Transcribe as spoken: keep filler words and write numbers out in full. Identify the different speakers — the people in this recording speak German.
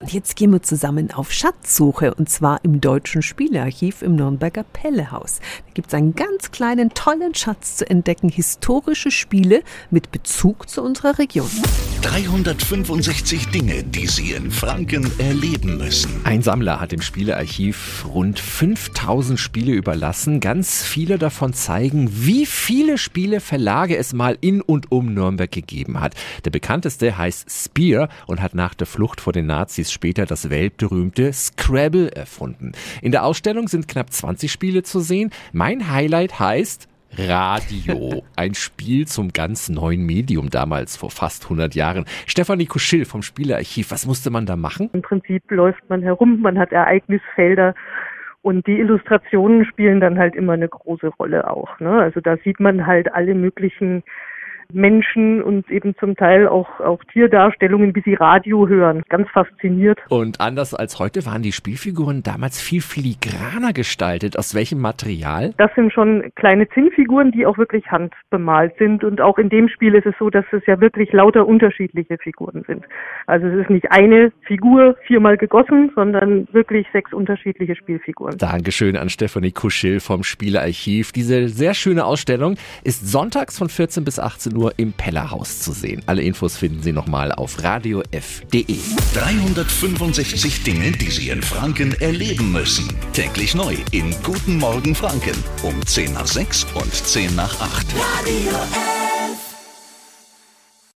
Speaker 1: Und jetzt gehen wir zusammen auf Schatzsuche und zwar im Deutschen Spielearchiv im Nürnberger Pellehaus. Da gibt es einen ganz kleinen, tollen Schatz zu entdecken, historische Spiele mit Bezug zu unserer Region.
Speaker 2: dreihundertfünfundsechzig Dinge, die Sie in Franken erleben müssen.
Speaker 3: Ein Sammler hat dem Spielearchiv rund fünftausend Spiele überlassen. Ganz viele davon zeigen, wie viele Spieleverlage es mal in und um Nürnberg gegeben hat. Der bekannteste heißt Speer und hat nach der Flucht vor den Nazis später das weltberühmte Scrabble erfunden. In der Ausstellung sind knapp zwanzig Spiele zu sehen. Mein Highlight heißt Radio, ein Spiel zum ganz neuen Medium damals, vor fast hundert Jahren. Stefanie Kuschill vom Spielearchiv, was musste man da machen?
Speaker 4: Im Prinzip läuft man herum, man hat Ereignisfelder und die Illustrationen spielen dann halt immer eine große Rolle auch, ne? Also da sieht man halt alle möglichen Menschen und eben zum Teil auch, auch Tierdarstellungen, wie sie Radio hören. Ganz fasziniert.
Speaker 3: Und anders als heute waren die Spielfiguren damals viel filigraner gestaltet. Aus welchem Material?
Speaker 4: Das sind schon kleine Zinnfiguren, die auch wirklich handbemalt sind. Und auch in dem Spiel ist es so, dass es ja wirklich lauter unterschiedliche Figuren sind. Also es ist nicht eine Figur viermal gegossen, sondern wirklich sechs unterschiedliche Spielfiguren.
Speaker 3: Dankeschön an Stefanie Kuschill vom Spielearchiv. Diese sehr schöne Ausstellung ist sonntags von vierzehn bis achtzehn Uhr im Pellerhaus zu sehen. Alle Infos finden Sie nochmal auf radio f punkt de.
Speaker 2: dreihundertfünfundsechzig Dinge, die Sie in Franken erleben müssen. Täglich neu in Guten Morgen Franken um zehn nach sechs und zehn nach acht.
Speaker 5: Radio F.